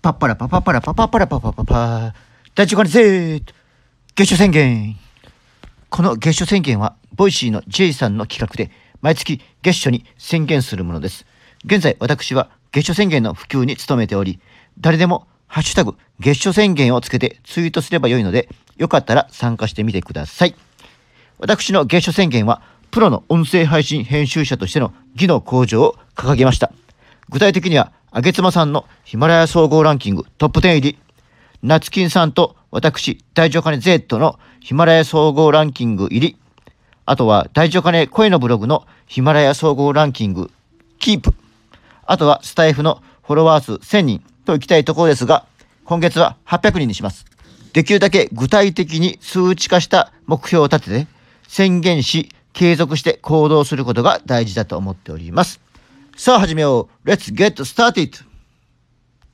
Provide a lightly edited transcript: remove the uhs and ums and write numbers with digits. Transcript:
パッパラパパパラパパパラパパパパ第1回ぜ月初宣言。この月初宣言はボイシーの J さんの企画で毎月月初に宣言するものです。現在私は月初宣言の普及に努めており、誰でもハッシュタグ月初宣言をつけてツイートすればよいので、よかったら参加してみてください。私の月初宣言はプロの音声配信編集者としての技能向上を掲げました。具体的にはあげつまさんのヒマラヤ総合ランキングトップ10入り、なつきんさんと私大女金 Z のヒマラヤ総合ランキング入り、あとは大女金声のブログのヒマラヤ総合ランキングキープ、あとはスタイフのフォロワー数1000人といきたいところですが、今月は800人にします。できるだけ具体的に数値化した目標を立てて宣言し、継続して行動することが大事だと思っております。さあ始めよう。Let's get started!